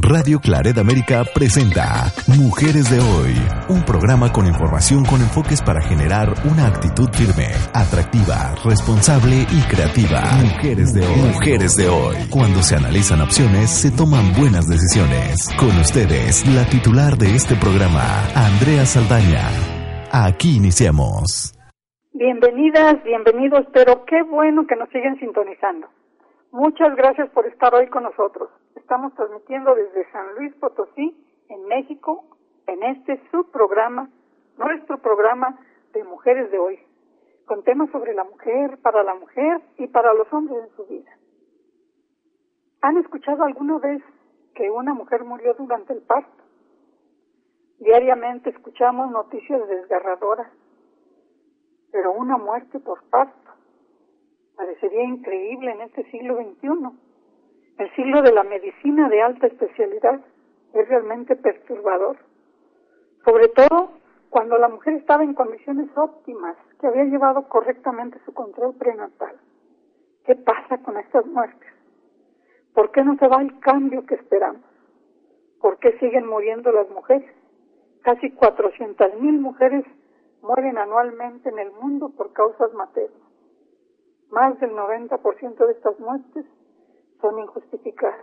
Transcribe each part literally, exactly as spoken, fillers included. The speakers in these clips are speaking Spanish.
Radio Claret América presenta Mujeres de Hoy, un programa con información con enfoques para generar una actitud firme, atractiva, responsable y creativa. Mujeres de Hoy. Mujeres de Hoy. Cuando se analizan opciones, se toman buenas decisiones. Con ustedes, la titular de este programa, Andrea Saldaña. Aquí iniciamos. Bienvenidas, bienvenidos, pero qué bueno que nos siguen sintonizando. Muchas gracias por estar hoy con nosotros. Estamos transmitiendo desde San Luis Potosí, en México, en este subprograma, nuestro programa de Mujeres de Hoy, con temas sobre la mujer, para la mujer y para los hombres en su vida. ¿Han escuchado alguna vez que una mujer murió durante el parto? Diariamente escuchamos noticias desgarradoras, pero una muerte por parto parecería increíble en este siglo veintiuno. El siglo de la medicina de alta especialidad es realmente perturbador, sobre todo cuando la mujer estaba en condiciones óptimas, que había llevado correctamente su control prenatal. ¿Qué pasa con estas muertes? ¿Por qué no se va el cambio que esperamos? ¿Por qué siguen muriendo las mujeres? Casi cuatrocientas mil mujeres mueren anualmente en el mundo por causas maternas. Más del noventa por ciento de estas muertes son injustificadas.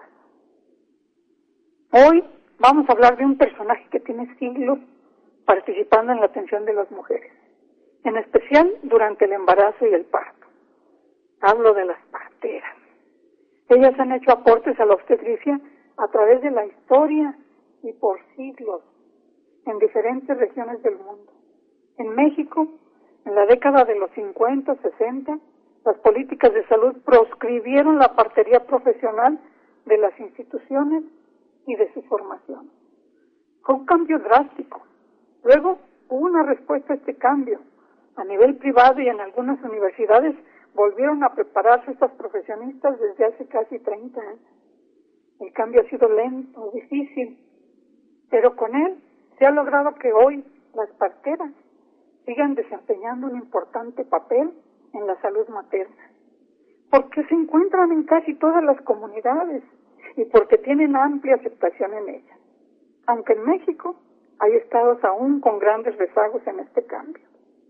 Hoy vamos a hablar de un personaje que tiene siglos participando en la atención de las mujeres, en especial durante el embarazo y el parto. Hablo de las parteras. Ellas han hecho aportes a la obstetricia a través de la historia y por siglos en diferentes regiones del mundo. En México, en la década de los cincuenta, sesenta, las políticas de salud proscribieron la partería profesional de las instituciones y de su formación. Fue un cambio drástico. Luego hubo una respuesta a este cambio. A nivel privado y en algunas universidades volvieron a prepararse estas profesionistas desde hace casi treinta años. El cambio ha sido lento, difícil, pero con él se ha logrado que hoy las parteras sigan desempeñando un importante papel en la salud materna, porque se encuentran en casi todas las comunidades y porque tienen amplia aceptación en ellas, aunque en México hay estados aún con grandes rezagos en este cambio.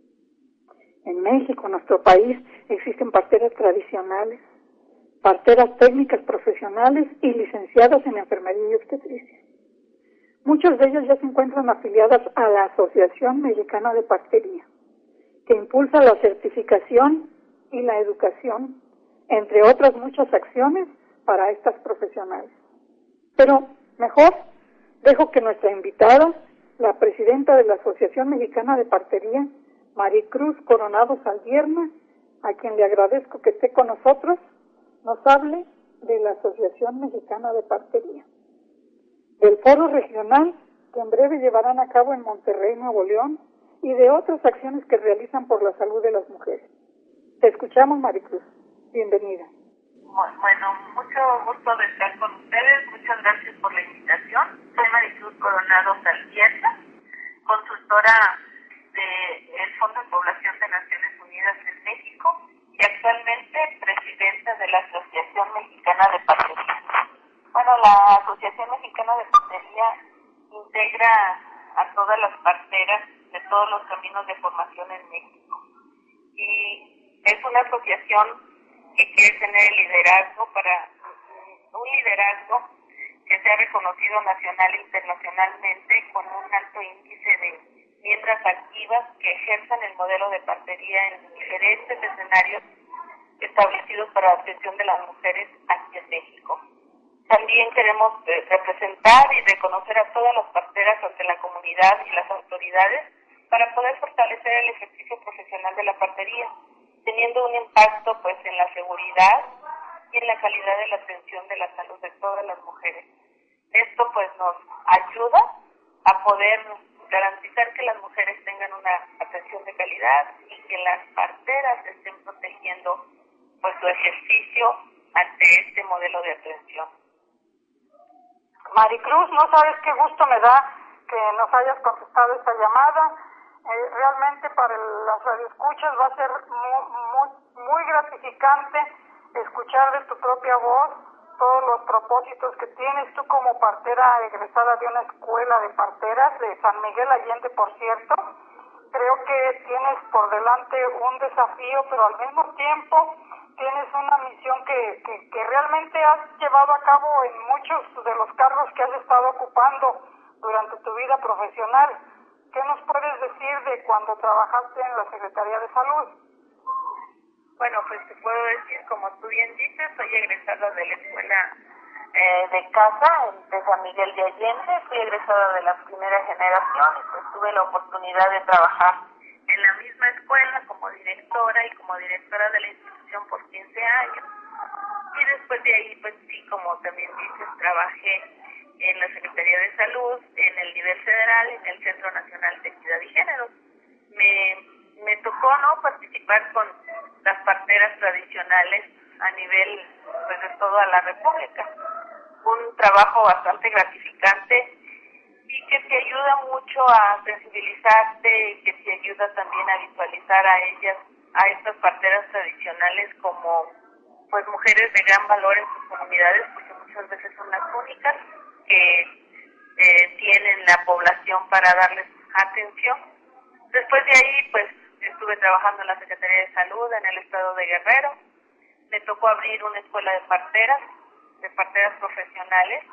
En México, nuestro país, existen parteras tradicionales, parteras técnicas profesionales y licenciadas en enfermería y obstetricia. Muchas de ellas ya se encuentran afiliadas a la Asociación Mexicana de Partería, que impulsa la certificación y la educación, entre otras muchas acciones para estas profesionales. Pero mejor dejo que nuestra invitada, la presidenta de la Asociación Mexicana de Partería, Maricruz Coronado Saldierna, a quien le agradezco que esté con nosotros, nos hable de la Asociación Mexicana de Partería, del foro regional que en breve llevarán a cabo en Monterrey, Nuevo León, y de otras acciones que realizan por la salud de las mujeres. Te escuchamos, Maricruz. Bienvenida. Bueno, mucho gusto de estar con ustedes. Muchas gracias por la invitación. Soy Maricruz Coronado Saldierna, consultora del Fondo de Población de Naciones Unidas en México y actualmente presidenta de la Asociación Mexicana de Partería. Bueno, la Asociación Mexicana de Partería integra a todas las parteras de todos los caminos de formación en México. Y es una asociación que quiere tener el liderazgo para un liderazgo que sea reconocido nacional e internacionalmente con un alto índice de miembros activas que ejerzan el modelo de partería en diferentes escenarios establecidos para la atención de las mujeres aquí en México. También queremos eh, representar y reconocer a todas las parteras ante la comunidad y las autoridades para poder fortalecer el ejercicio profesional de la partería, teniendo un impacto pues en la seguridad y en la calidad de la atención de la salud de todas las mujeres. Esto pues nos ayuda a poder garantizar que las mujeres tengan una atención de calidad y que las parteras estén protegiendo pues su ejercicio ante este modelo de atención. Maricruz, no sabes qué gusto me da que nos hayas contestado esta llamada. Eh, realmente para las radioescuchas va a ser muy, muy, muy gratificante escuchar de tu propia voz todos los propósitos que tienes tú como partera egresada de una escuela de parteras de San Miguel Allende, por cierto. Creo que tienes por delante un desafío, pero al mismo tiempo tienes una misión que, que, que realmente has llevado a cabo en muchos de los cargos que has estado ocupando durante tu vida profesional. ¿Qué nos puedes decir de cuando trabajaste en la Secretaría de Salud? Bueno, pues te puedo decir, como tú bien dices, soy egresada de la escuela eh, de casa de San Miguel de Allende, fui egresada de la primera generación y pues tuve la oportunidad de trabajar en la misma escuela como directora y como directora de la institución por quince años. Y después de ahí, pues sí, como también dices, trabajé en la Secretaría de Salud, en el nivel federal, en el Centro Nacional de Equidad y Género. Me, me tocó no participar con las parteras tradicionales a nivel pues, de toda la República. Un trabajo bastante gratificante y que te ayuda mucho a sensibilizarte y que te ayuda también a visualizar a ellas, a estas parteras tradicionales como pues mujeres de gran valor en sus comunidades, porque muchas veces son las únicas que eh, tienen la población para darles atención. Después de ahí, pues, estuve trabajando en la Secretaría de Salud en el estado de Guerrero. Me tocó abrir una escuela de parteras, de parteras profesionales.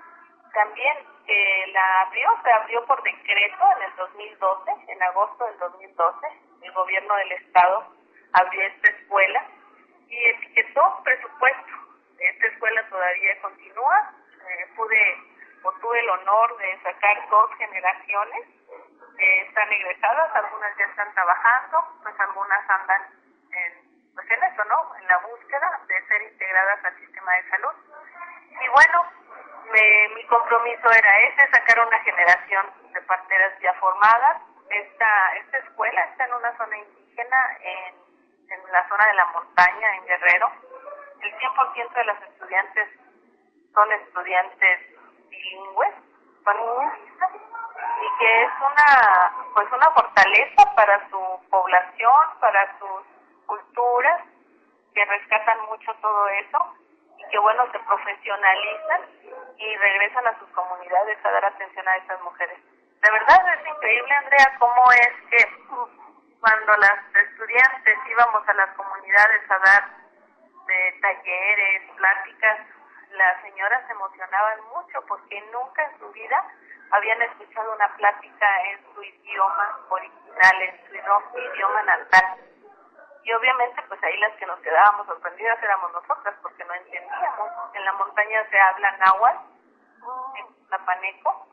También eh, la abrió, se abrió por decreto en el dos mil doce, en agosto del dos mil doce. El gobierno del estado abrió esta escuela y etiquetó presupuesto. Esta escuela todavía continúa. Eh, pude o tuve el honor de sacar dos generaciones, eh, están egresadas, algunas ya están trabajando, pues algunas andan en, pues en eso, ¿no? En la búsqueda de ser integradas al sistema de salud. Y bueno, me, mi compromiso era ese, sacar una generación de parteras ya formadas. Esta, esta escuela está en una zona indígena, en, en la zona de la montaña, en Guerrero. El cien por ciento de las estudiantes son estudiantes bilingües, son indígenas, y que es una pues una fortaleza para su población, para sus culturas, que rescatan mucho todo eso y que bueno, se profesionalizan y regresan a sus comunidades a dar atención a esas mujeres. De verdad es increíble, Andrea, cómo es que cuando las estudiantes íbamos a las comunidades a dar de talleres, pláticas, las señoras se emocionaban mucho porque nunca en su vida habían escuchado una plática en su idioma original, en su idioma natal. Y obviamente pues ahí las que nos quedábamos sorprendidas éramos nosotras porque no entendíamos. En la montaña se habla náhuatl, en Tlapaneco,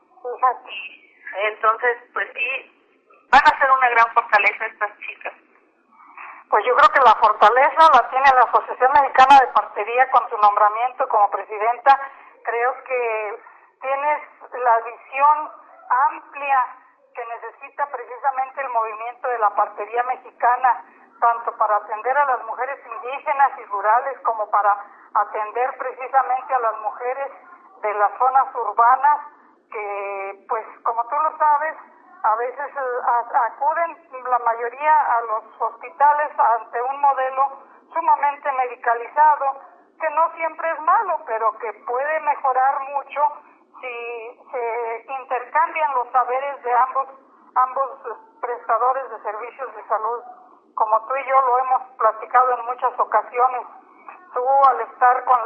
y entonces pues sí, van a ser una gran fortaleza estas chicas. Pues yo creo que la fortaleza la tiene la Asociación Mexicana de Partería con tu nombramiento como presidenta. Creo que tienes la visión amplia que necesita precisamente el movimiento de la partería mexicana, tanto para atender a las mujeres indígenas y rurales como para atender precisamente a las mujeres de las zonas urbanas que, pues como tú lo sabes, a veces acuden la mayoría a los hospitales ante un modelo sumamente medicalizado, que no siempre es malo, pero que puede mejorar mucho si se intercambian los saberes de ambos ambos prestadores de servicios de salud. Como tú y yo lo hemos platicado en muchas ocasiones, tú al estar con,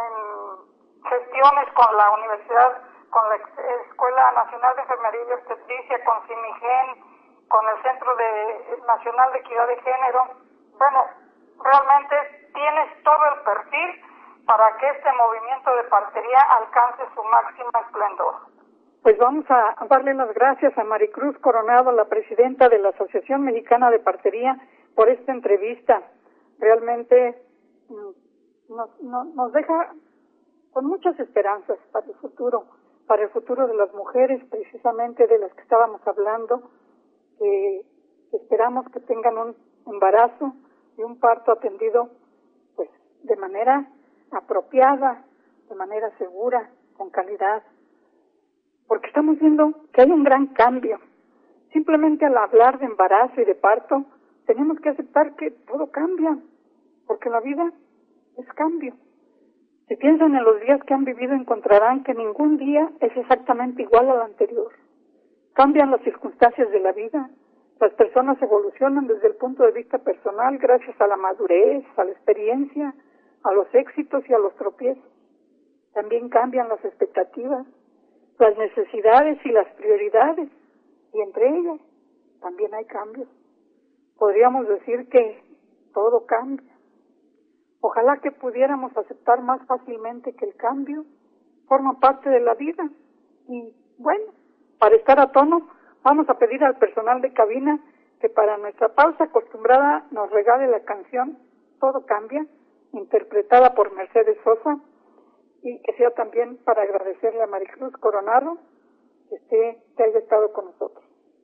en gestiones con la universidad, con la Escuela Nacional de Enfermería y Obstetricia, con CIMIGEN, con el Centro de, Nacional de Equidad de Género, bueno, realmente tienes todo el perfil para que este movimiento de partería alcance su máximo esplendor. Pues vamos a darle las gracias a Maricruz Coronado, la presidenta de la Asociación Mexicana de Partería, por esta entrevista. Realmente nos, nos, nos deja con muchas esperanzas para el futuro, para el futuro de las mujeres, precisamente de las que estábamos hablando, que esperamos que tengan un embarazo y un parto atendido pues de manera apropiada, de manera segura, con calidad, porque estamos viendo que hay un gran cambio. Simplemente al hablar de embarazo y de parto, tenemos que aceptar que todo cambia, porque la vida es cambio. Si piensan en los días que han vivido, encontrarán que ningún día es exactamente igual al anterior. Cambian las circunstancias de la vida. Las personas evolucionan desde el punto de vista personal gracias a la madurez, a la experiencia, a los éxitos y a los tropiezos. También cambian las expectativas, las necesidades y las prioridades, y entre ellas también hay cambios. Podríamos decir que todo cambia. Ojalá que pudiéramos aceptar más fácilmente que el cambio forma parte de la vida. Y bueno, para estar a tono, vamos a pedir al personal de cabina que para nuestra pausa acostumbrada nos regale la canción Todo Cambia, interpretada por Mercedes Sosa, y que sea también para agradecerle a Maricruz Coronado que, esté, que haya estado con nosotros.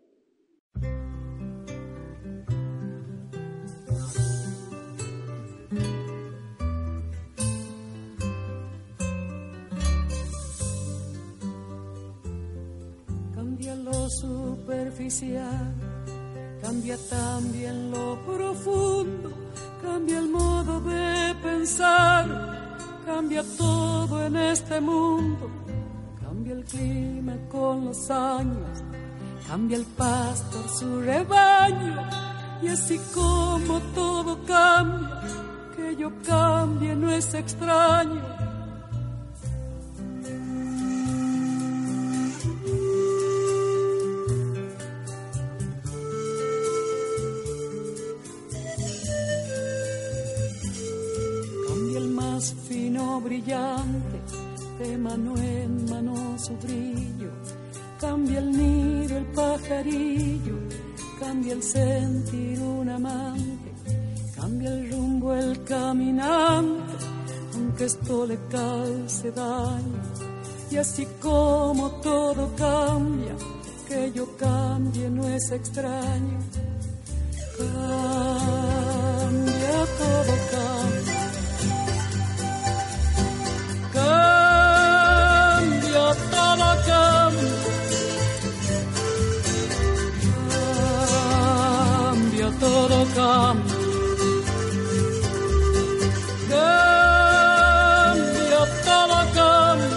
Cambia lo superficial, cambia también lo profundo, cambia el modo de pensar, cambia todo en este mundo, cambia el clima con los años, cambia el pastor su rebaño, y así como todo cambia, que yo cambie no es extraño. Brillante, de mano en mano su brillo, cambia el nido el pajarillo, cambia el sentir un amante, cambia el rumbo el caminante, aunque esto le cause daño, y así como todo cambia, que yo cambie no es extraño. Cambia, todo cambia. Cambia, todo cambia. Cambia, todo cambia. Cambia, todo cambia.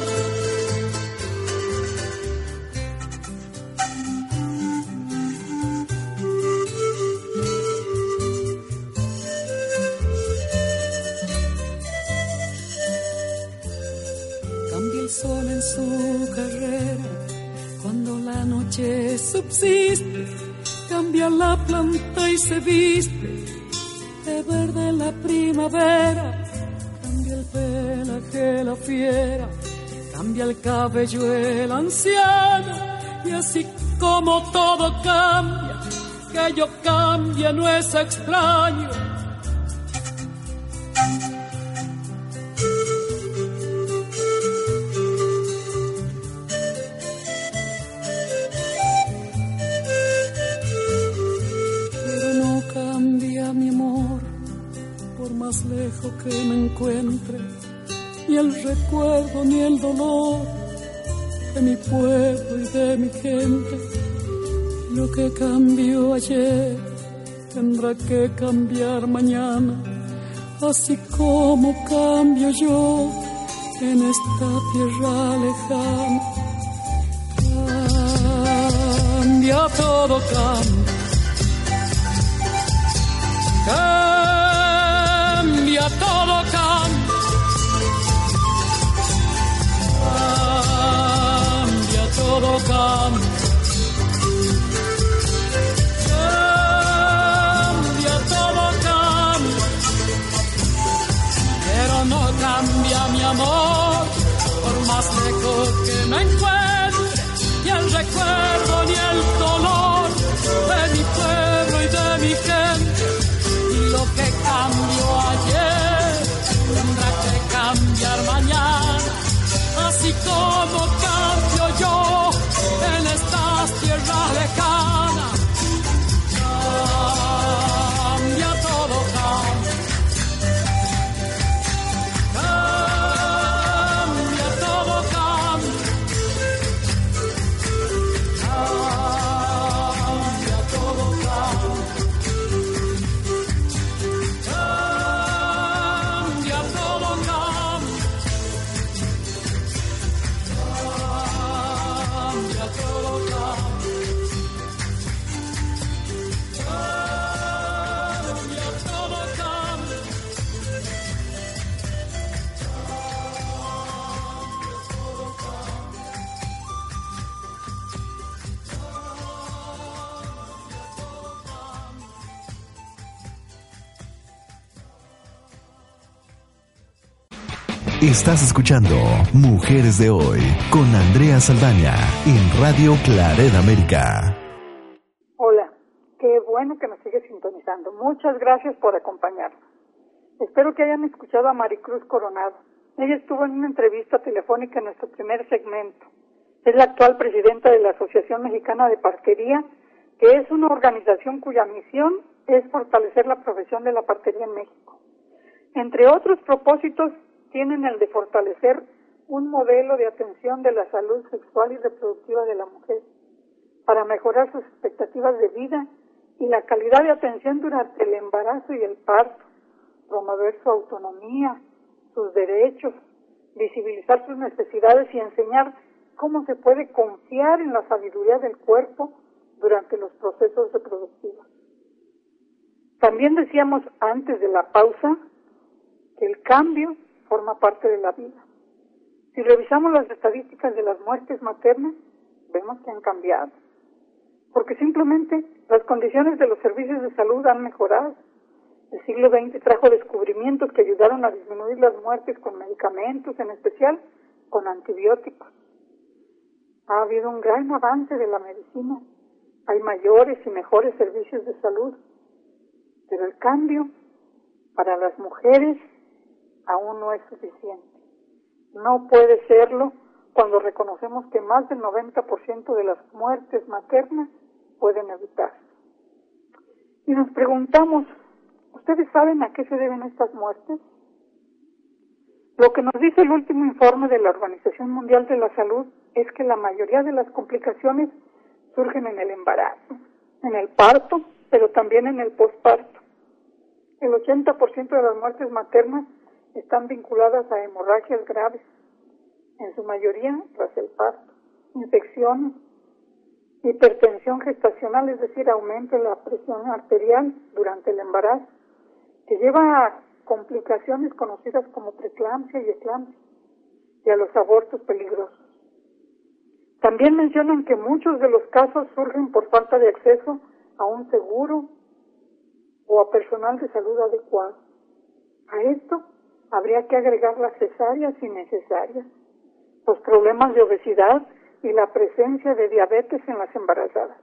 Sol en su carrera, cuando la noche subsiste, cambia la planta y se viste de verde la primavera, cambia el pelaje la fiera, cambia el cabello el anciano, y así como todo cambia, que yo cambie no es extraño. Más lejos que me encuentre, ni el recuerdo ni el dolor de mi pueblo y de mi gente. Lo que cambió ayer tendrá que cambiar mañana, así como cambio yo en esta tierra lejana. Cambia, todo cambia. Cambia, todo cambia. Cambia, todo cambia. Cambia, todo cambia. Pero no cambia mi amor, por más lejos que me encuentre, ni el recuerdo ni el dolor de mi pueblo y de mi gente. Lo que cambió ayer tendrá que cambiar mañana, así como cambio yo en estas tierras lejanas. Cambia, todo cambia. Cambia, todo cambia. Estás escuchando Mujeres de Hoy con Andrea Saldaña en Radio Claret América. Hola, qué bueno que nos sigue sintonizando. Muchas gracias por acompañarnos. Espero que hayan escuchado a Maricruz Coronado. Ella estuvo en una entrevista telefónica en nuestro primer segmento. Es la actual presidenta de la Asociación Mexicana de Partería, que es una organización cuya misión es fortalecer la profesión de la partería en México. Entre otros propósitos, tienen el de fortalecer un modelo de atención de la salud sexual y reproductiva de la mujer, para mejorar sus expectativas de vida y la calidad de atención durante el embarazo y el parto, promover su autonomía, sus derechos, visibilizar sus necesidades y enseñar cómo se puede confiar en la sabiduría del cuerpo durante los procesos reproductivos. También decíamos antes de la pausa que el cambio forma parte de la vida. Si revisamos las estadísticas de las muertes maternas, vemos que han cambiado, porque simplemente las condiciones de los servicios de salud han mejorado. El siglo veinte trajo descubrimientos que ayudaron a disminuir las muertes con medicamentos, en especial con antibióticos. Ha habido un gran avance de la medicina. Hay mayores y mejores servicios de salud. Pero el cambio para las mujeres aún no es suficiente. No puede serlo cuando reconocemos que más del noventa por ciento de las muertes maternas pueden evitarse. Y nos preguntamos, ¿ustedes saben a qué se deben estas muertes? Lo que nos dice el último informe de la Organización Mundial de la Salud es que la mayoría de las complicaciones surgen en el embarazo, en el parto, pero también en el posparto. El ochenta por ciento de las muertes maternas están vinculadas a hemorragias graves, en su mayoría tras el parto, infecciones, hipertensión gestacional, es decir, aumento de la presión arterial durante el embarazo, que lleva a complicaciones conocidas como preeclampsia y eclampsia, y a los abortos peligrosos. También mencionan que muchos de los casos surgen por falta de acceso a un seguro o a personal de salud adecuado. A esto habría que agregar las cesáreas innecesarias, los problemas de obesidad y la presencia de diabetes en las embarazadas.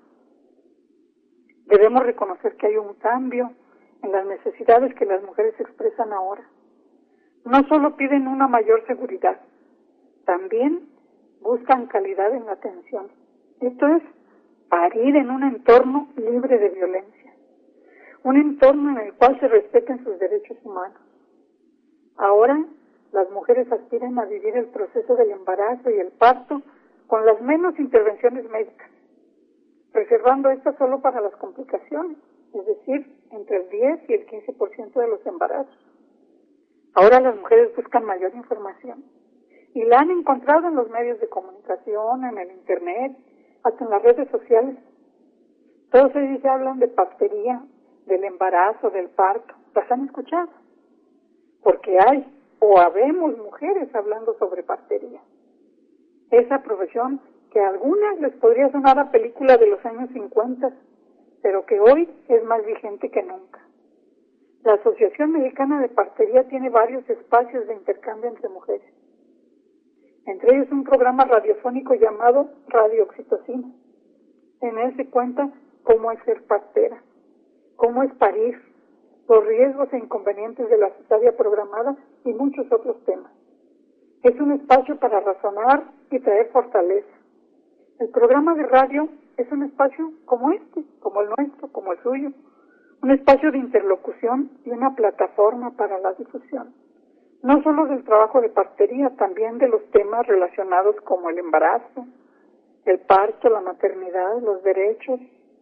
Debemos reconocer que hay un cambio en las necesidades que las mujeres expresan ahora. No solo piden una mayor seguridad, también buscan calidad en la atención. Esto es, parir en un entorno libre de violencia, un entorno en el cual se respeten sus derechos humanos. Ahora, las mujeres aspiran a vivir el proceso del embarazo y el parto con las menos intervenciones médicas, reservando estas solo para las complicaciones, es decir, entre el diez y el quince por ciento de los embarazos. Ahora las mujeres buscan mayor información y la han encontrado en los medios de comunicación, en el internet, hasta en las redes sociales. Todos ellos hablan de partería, del embarazo, del parto. ¿Las han escuchado? Porque hay o habemos mujeres hablando sobre partería. Esa profesión que a algunas les podría sonar a película de los años cincuenta, pero que hoy es más vigente que nunca. La Asociación Mexicana de Partería tiene varios espacios de intercambio entre mujeres. Entre ellos un programa radiofónico llamado Radio Oxitocina. En él se cuenta cómo es ser partera, cómo es parir, los riesgos e inconvenientes de la cesárea programada y muchos otros temas. Es un espacio para razonar y traer fortaleza. El programa de radio es un espacio como este, como el nuestro, como el suyo, un espacio de interlocución y una plataforma para la difusión, no solo del trabajo de partería, también de los temas relacionados como el embarazo, el parto, la maternidad, los derechos,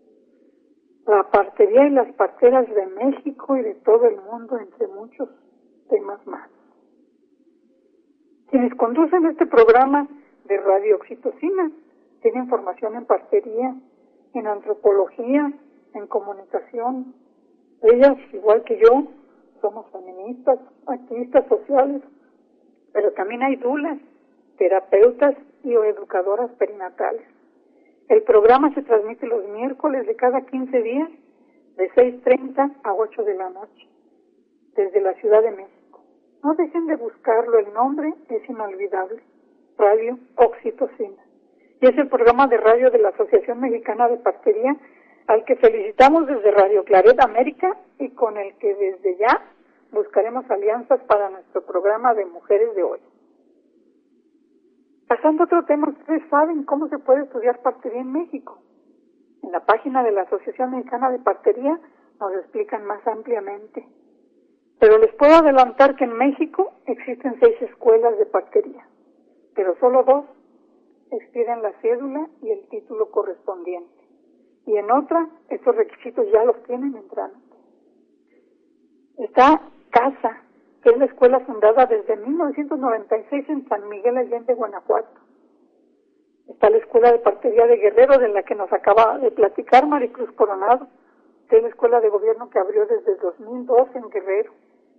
la partería y las parteras de México y de todo el mundo, entre muchos temas más. Quienes conducen este programa de Radio Oxitocina tienen formación en partería, en antropología, en comunicación. Ellas, igual que yo, somos feministas, activistas sociales, pero también hay dulas, terapeutas y o educadoras perinatales. El programa se transmite los miércoles de cada quince días, de seis treinta a ocho de la noche, desde la Ciudad de México. No dejen de buscarlo, el nombre es inolvidable, Radio Oxitocina. Y es el programa de radio de la Asociación Mexicana de Partería, al que felicitamos desde Radio Claret América y con el que desde ya buscaremos alianzas para nuestro programa de Mujeres de Hoy. Pasando a otro tema, ustedes saben cómo se puede estudiar partería en México. En la página de la Asociación Mexicana de Partería nos explican más ampliamente. Pero les puedo adelantar que en México existen seis escuelas de partería, pero solo dos expiden la cédula y el título correspondiente. Y en otra, estos requisitos ya los tienen en trámite. Está CASA, que es la escuela fundada desde mil novecientos noventa y seis en San Miguel Allende, Guanajuato. Está la Escuela de Partería de Guerrero, de la que nos acaba de platicar Maricruz Coronado, que es la escuela de gobierno que abrió desde dos mil dos en Guerrero.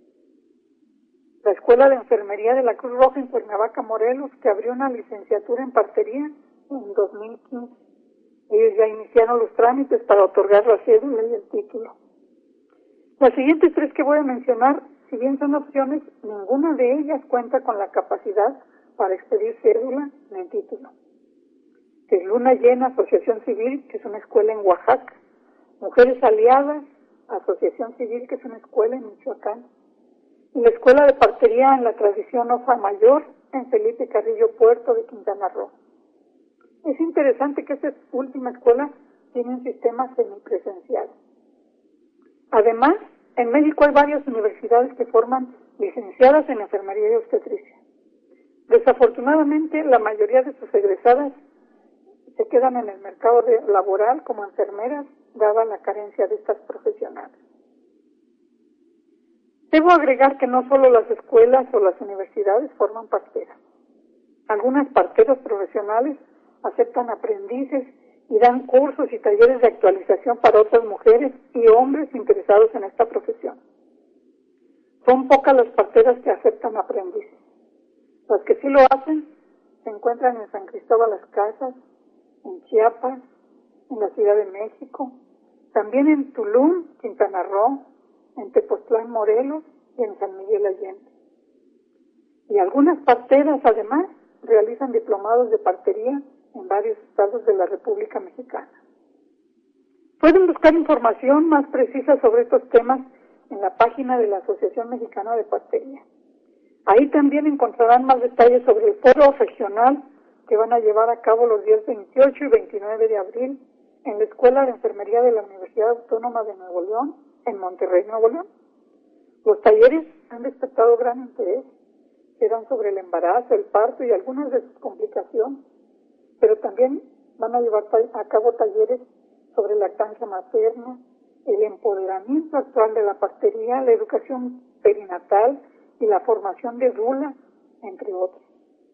La Escuela de Enfermería de la Cruz Roja en Cuernavaca, Morelos, que abrió una licenciatura en partería en dos mil quince. Ellos ya iniciaron los trámites para otorgar la cédula y el título. Las siguientes tres que voy a mencionar, si bien son opciones, ninguna de ellas cuenta con la capacidad para expedir cédula ni título. Que es Luna Llena, Asociación Civil, que es una escuela en Oaxaca. Mujeres Aliadas, Asociación Civil, que es una escuela en Michoacán. Y la Escuela de Partería en la Tradición Osa Mayor, en Felipe Carrillo Puerto de Quintana Roo. Es interesante que esta última escuela tiene un sistema semipresencial. Además, en México hay varias universidades que forman licenciadas en enfermería y obstetricia. Desafortunadamente, la mayoría de sus egresadas se quedan en el mercado de, laboral como enfermeras, dada la carencia de estas profesionales. Debo agregar que no solo las escuelas o las universidades forman parteras. Algunas parteras profesionales aceptan aprendices y dan cursos y talleres de actualización para otras mujeres y hombres interesados en esta profesión. Son pocas las parteras que aceptan aprendices. Las que sí lo hacen se encuentran en San Cristóbal Las Casas, en Chiapas, en la Ciudad de México, también en Tulum, Quintana Roo, en Tepoztlán, Morelos y en San Miguel Allende. Y algunas parteras, además, realizan diplomados de partería en varios estados de la República Mexicana. Pueden buscar información más precisa sobre estos temas en la página de la Asociación Mexicana de Partería. Ahí también encontrarán más detalles sobre el foro regional que van a llevar a cabo los días veintiocho y veintinueve de abril en la Escuela de Enfermería de la Universidad Autónoma de Nuevo León, en Monterrey, Nuevo León. Los talleres han despertado gran interés. Serán sobre el embarazo, el parto y algunas de sus complicaciones, pero también van a llevar a cabo talleres sobre lactancia materna, el empoderamiento actual de la partería, la educación perinatal y la formación de dula, entre otros.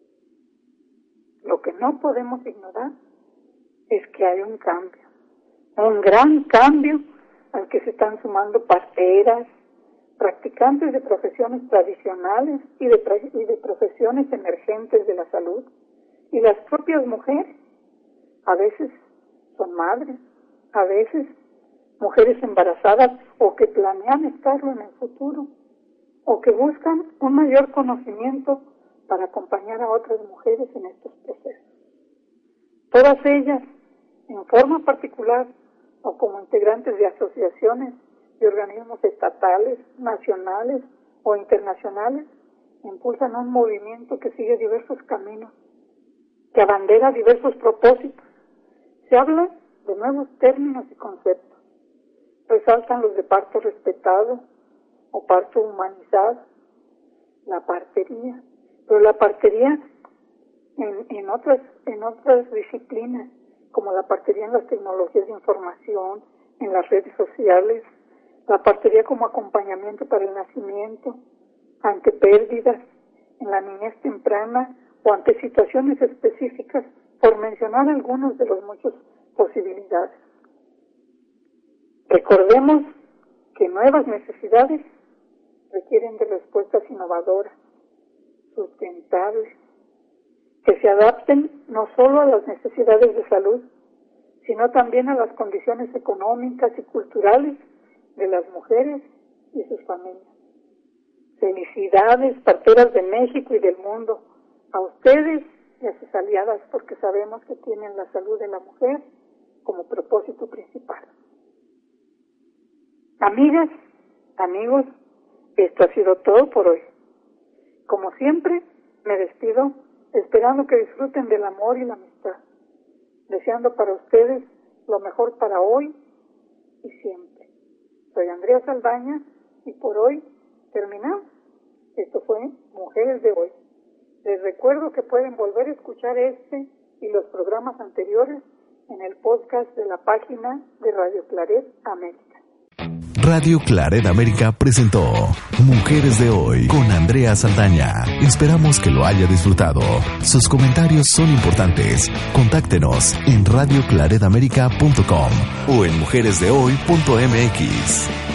Lo que no podemos ignorar es que hay un cambio, un gran cambio al que se están sumando parteras, practicantes de profesiones tradicionales y de, y de profesiones emergentes de la salud, y las propias mujeres. A veces son madres, a veces mujeres embarazadas o que planean estarlo en el futuro, o que buscan un mayor conocimiento para acompañar a otras mujeres en estos procesos. Todas ellas, en forma particular o como integrantes de asociaciones y organismos estatales, nacionales o internacionales, impulsan un movimiento que sigue diversos caminos, que abandera diversos propósitos. Se habla de nuevos términos y conceptos. Resaltan los de parto respetado o parto humanizado, la partería, pero la partería en, en otras en otras disciplinas, como la partería en las tecnologías de información, en las redes sociales, la partería como acompañamiento para el nacimiento, ante pérdidas, en la niñez temprana o ante situaciones específicas, por mencionar algunos de los muchos posibilidades. Recordemos que nuevas necesidades requieren de respuestas innovadoras, sustentables, que se adapten no solo a las necesidades de salud, sino también a las condiciones económicas y culturales de las mujeres y sus familias. Felicidades, parteras de México y del mundo, a ustedes y a sus aliadas, porque sabemos que tienen la salud de la mujer como propósito principal. Amigas, amigos, esto ha sido todo por hoy. Como siempre, me despido esperando que disfruten del amor y la amistad, deseando para ustedes lo mejor para hoy y siempre. Soy Andrea Saldaña y por hoy terminamos. Esto fue Mujeres de Hoy. Les recuerdo que pueden volver a escuchar este y los programas anteriores en el podcast de la página de Radio Claret América. Radio Claret América presentó Mujeres de Hoy con Andrea Saldaña. Esperamos que lo haya disfrutado. Sus comentarios son importantes. Contáctenos en radio claret america punto com o en mujeres de hoy punto m x.